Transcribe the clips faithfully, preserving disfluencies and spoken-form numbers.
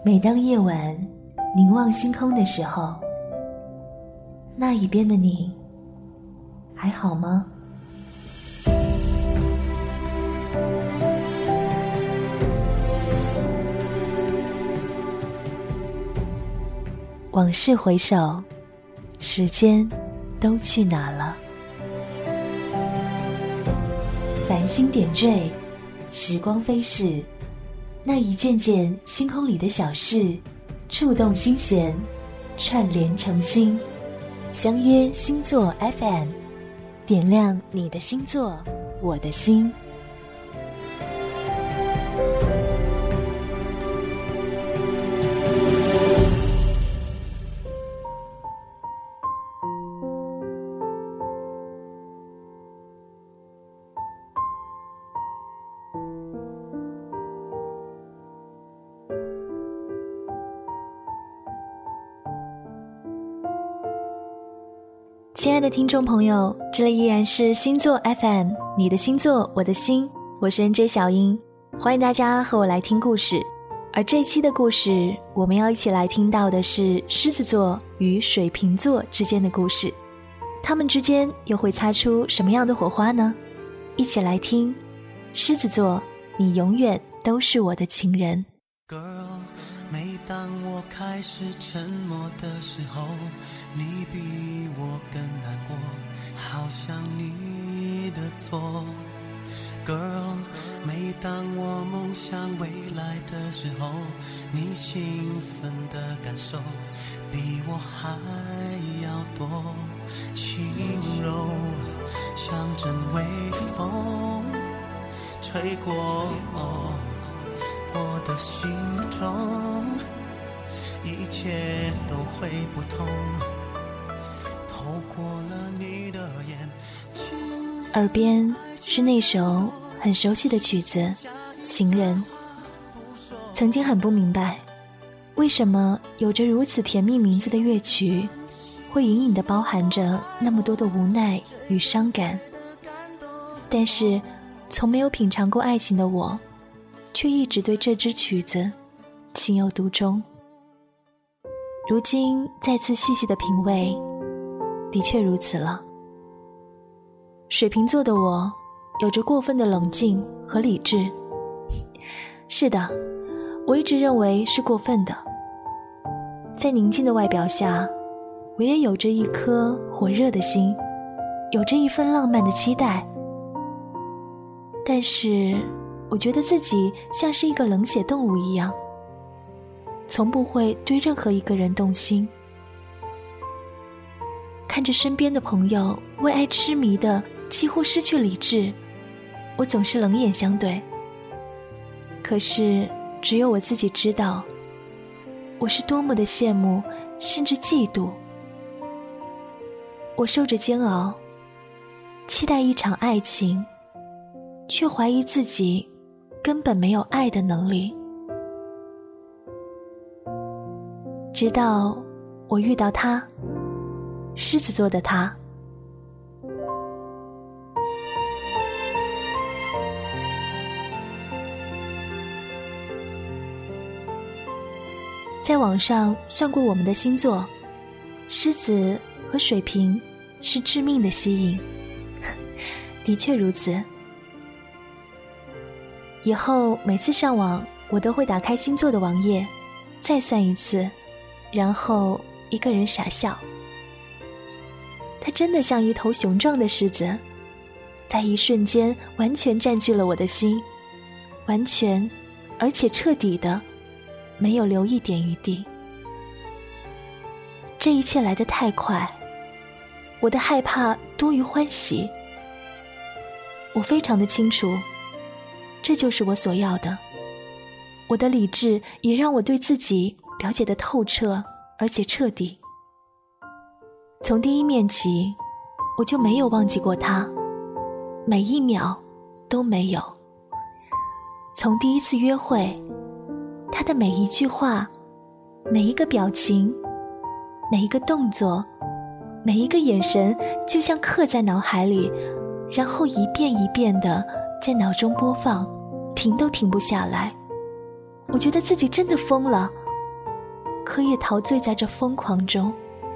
每当夜晚凝望星空的时候，那一边的你还好吗？往事回首，时间都去哪了？繁星点缀，时光飞逝，那一件件星空里的小事，触动心弦，串联成星。相约星座 F M， 点亮你的星座，我的心。亲爱的听众朋友，这里依然是星座 F M， 你的星座我的心，我是 N J 小英，欢迎大家和我来听故事。而这期的故事，我们要一起来听到的是狮子座与水瓶座之间的故事，他们之间又会擦出什么样的火花呢？一起来听。狮子座，你永远都是我的情人。 Girl， 每当我开始沉默的时候，你比我更难过，好像你的错。 Girl， 每当我梦想未来的时候，你兴奋的感受比我还要多，轻柔像阵微风吹过、哦、我的心中，一切都会不同，透过了你的眼睛。 耳边是那首很熟悉的曲子《情人》，曾经很不明白，为什么有着如此甜蜜名字的乐曲，会隐隐地包含着那么多的无奈与伤感。但是，从没有品尝过爱情的我，却一直对这支曲子情有独钟。如今再次细细的品味，的确如此了。水瓶座的我有着过分的冷静和理智，是的，我一直认为是过分的。在宁静的外表下，我也有着一颗火热的心，有着一份浪漫的期待。但是我觉得自己像是一个冷血动物一样，从不会对任何一个人动心。看着身边的朋友为爱痴迷的几乎失去理智，我总是冷眼相对。可是只有我自己知道，我是多么的羡慕，甚至嫉妒。我受着煎熬，期待一场爱情，却怀疑自己根本没有爱的能力。直到我遇到他，狮子座的他。在网上算过我们的星座，狮子和水瓶是致命的吸引。的确如此。以后每次上网，我都会打开星座的网页，再算一次，然后一个人傻笑。它真的像一头雄壮的狮子，在一瞬间完全占据了我的心，完全而且彻底的没有留一点余地。这一切来得太快，我的害怕多于欢喜。我非常的清楚，这就是我所要的。我的理智也让我对自己了解得透彻而且彻底。从第一面起，我就没有忘记过他，每一秒都没有。从第一次约会，他的每一句话，每一个表情，每一个动作，每一个眼神，就像刻在脑海里，然后一遍一遍地在脑中播放，停都停不下来。我觉得自己真的疯了， 可也陶醉在这疯狂中。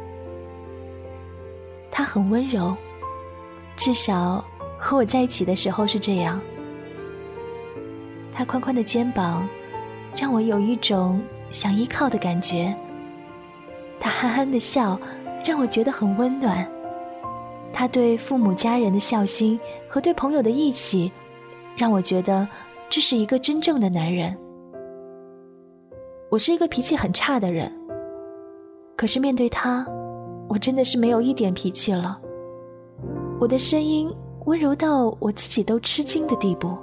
他很温柔，至少和我在一起的时候是这样。他宽宽的肩膀让我有一种想依靠的感觉，他憨憨的笑让我觉得很温暖，他对父母家人的孝心和对朋友的义气让我觉得这是一个真正的男人。我是一个脾气很差的人，可是面对他，我真的是没有一点脾气了。我的声音温柔到我自己都吃惊的地步。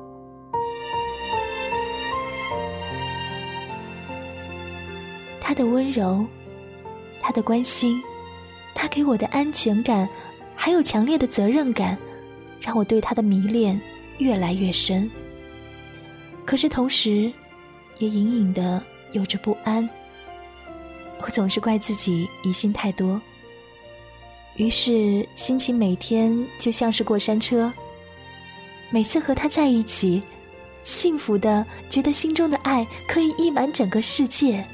他的温柔，他的关心，他给我的安全感，还有强烈的责任感，让我对他的迷恋越来越深。可是同时也隐隐的有着不安，我总是怪自己疑心太多，于是心情每天就像是过山车。每次和他在一起，幸福的觉得心中的爱可以溢满整个世界。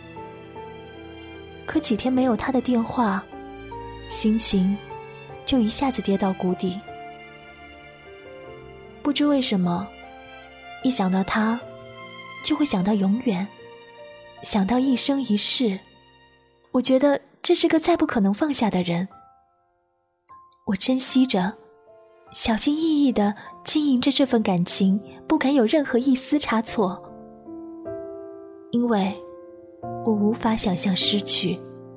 可几天没有他的电话，心情就一下子跌到谷底。不知为什么，一想到他就会想到永远，想到一生一世。我觉得这是个再不可能放下的人。我珍惜着，小心翼翼地经营着这份感情，不敢有任何一丝差错，因为我无法想象失去。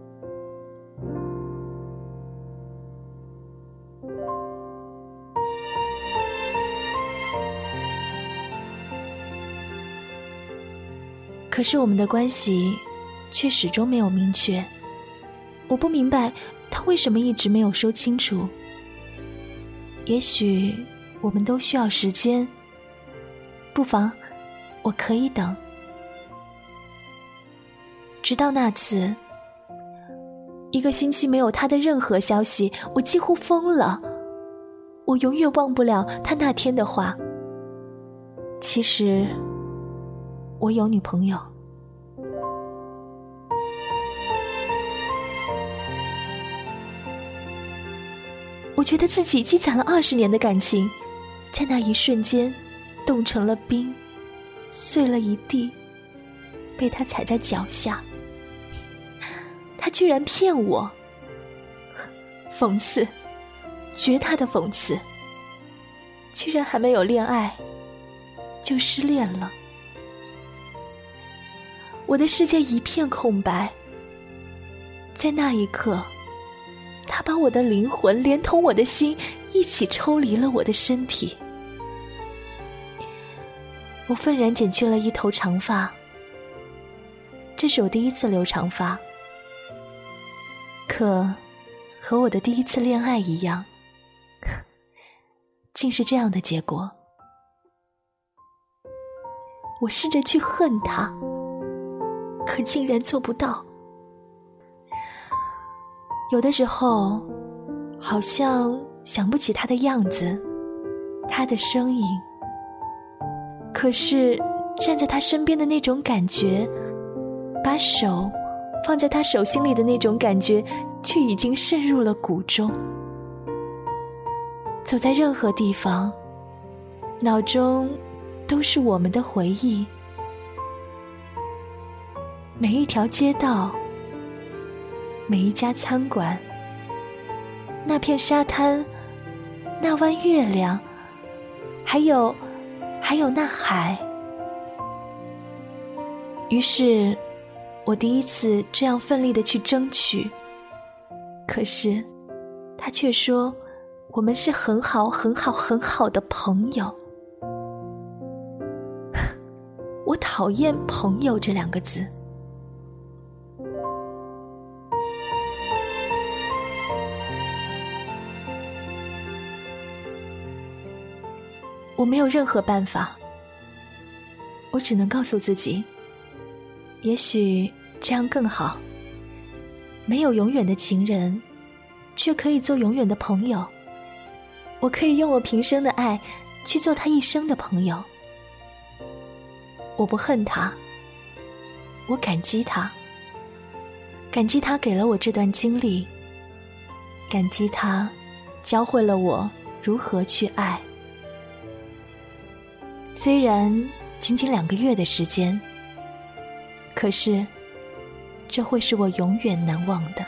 可是我们的关系却始终没有明确，我不明白他为什么一直没有说清楚。也许我们都需要时间，不妨我可以等。直到那次，一个星期没有他的任何消息，我几乎疯了。我永远忘不了他那天的话。其实我有女朋友。我觉得自己积攒了二十年的感情，在那一瞬间冻成了冰，碎了一地，被他踩在脚下。他居然骗我，讽刺，绝大的讽刺。居然还没有恋爱就失恋了。我的世界一片空白。在那一刻，他把我的灵魂连同我的心一起抽离了我的身体。我愤然剪去了一头长发，这是我第一次留长发，可和我的第一次恋爱一样，竟是这样的结果。我试着去恨他，可竟然做不到。有的时候好像想不起他的样子，他的声音，可是站在他身边的那种感觉，把手放在他手心里的那种感觉，却已经渗入了骨中。走在任何地方，脑中都是我们的回忆。每一条街道，每一家餐馆，那片沙滩，那弯月亮，还有还有那海。于是我第一次这样奋力地去争取，可是他却说我们是很好很好很好的朋友。我讨厌朋友这两个字。我没有任何办法，我只能告诉自己，也许这样更好。没有永远的情人，却可以做永远的朋友。我可以用我平生的爱去做他一生的朋友。我不恨他，我感激他， 感激他给了我这段经历，感激他教会了我如何去爱。虽然仅仅两个月的时间，可是这会是我永远难忘的。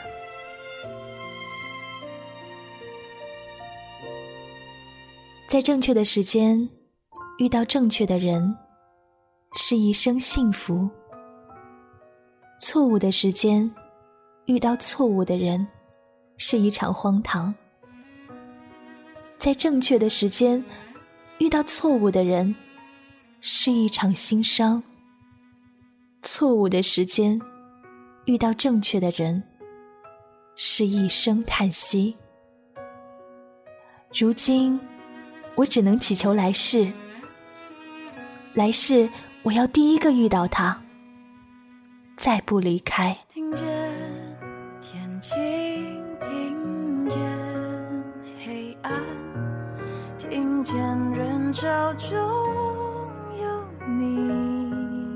在正确的时间遇到正确的人，是一生幸福；错误的时间遇到错误的人，是一场荒唐。在正确的时间遇到错误的人，是一场心伤；错误的时间遇到正确的人，是一声叹息。如今我只能祈求来世，来世我要第一个遇到他，再不离开。 听见天晴，听见黑暗，听见人潮中有你，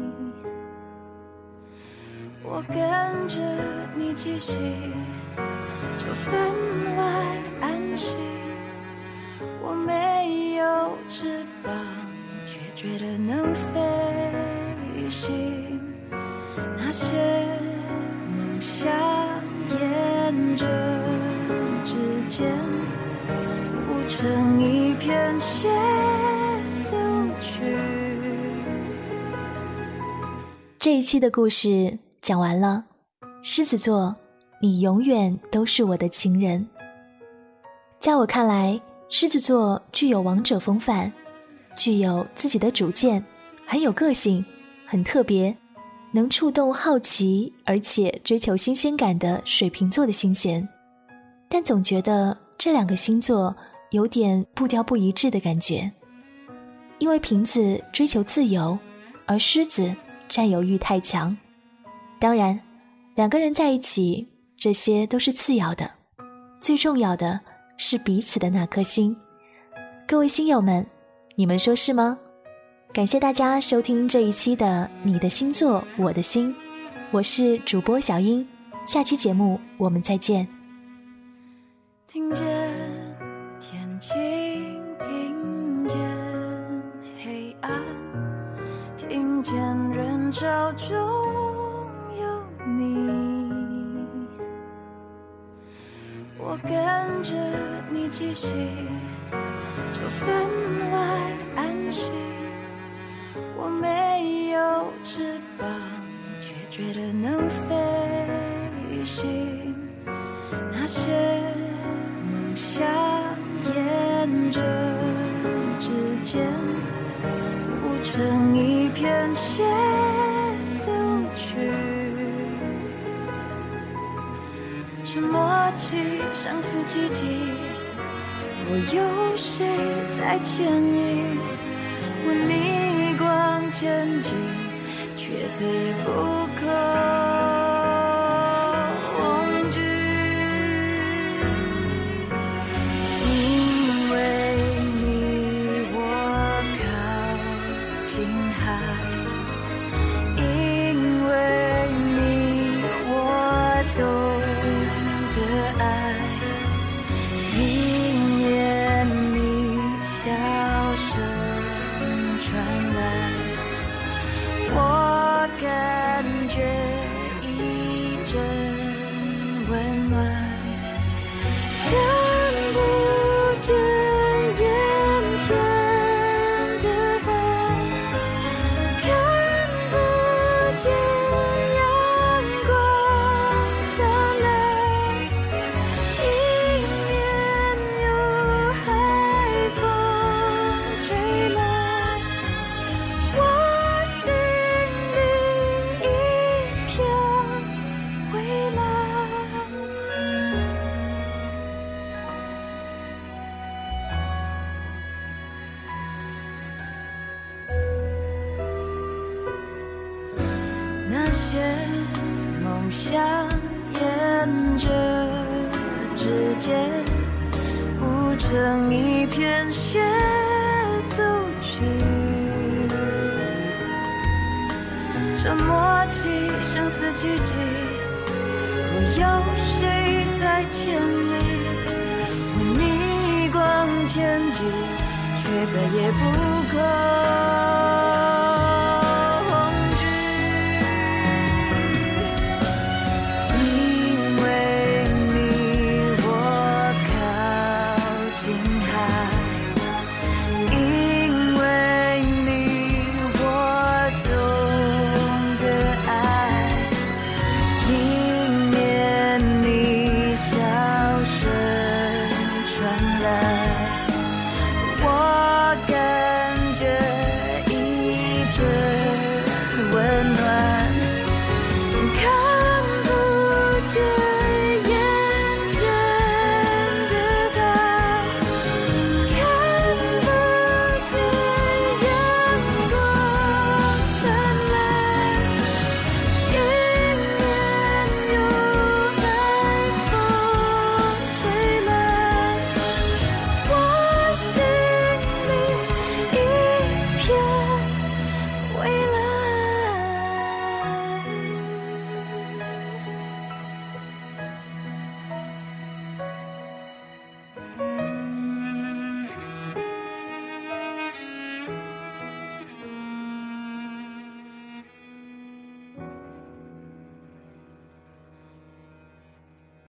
我跟着你气息，就分外安心。我没有翅膀，却觉得能飞行。那些梦想沿着指尖，舞成一片协奏曲。 这一期的故事讲完了。狮子座，你永远都是我的情人。在我看来，狮子座具有王者风范，具有自己的主见，很有个性，很特别，能触动好奇而且追求新鲜感的水瓶座的心弦。但总觉得这两个星座有点步调不一致的感觉，因为瓶子追求自由，而狮子占有欲太强。当然两个人在一起，这些都是次要的，最重要的是彼此的那颗心。各位星友们，你们说是吗？感谢大家收听这一期的你的星座我的心，我是主播小英，下期节目我们再见。 听见天晴，听见黑暗，听见人潮中有你，我跟着你气息，就分外安心。我没有翅膀，却觉得能飞行。那些梦想沿着指尖，舞成一片协奏曲。是默契，相似奇迹，我有谁在牵引？我逆光前进，却最不可忘记。因为你我靠近海，因为你我懂得爱，迎面你笑声传来，我感觉一阵温暖，看不见眼前的海，看不见阳光灿烂，迎面有海风吹来，我心里一片蔚蓝。那些梦想沿着指尖，舞成一片协奏曲。这默契，相似奇迹， 有谁在牵累？为你光牵制，却再也不可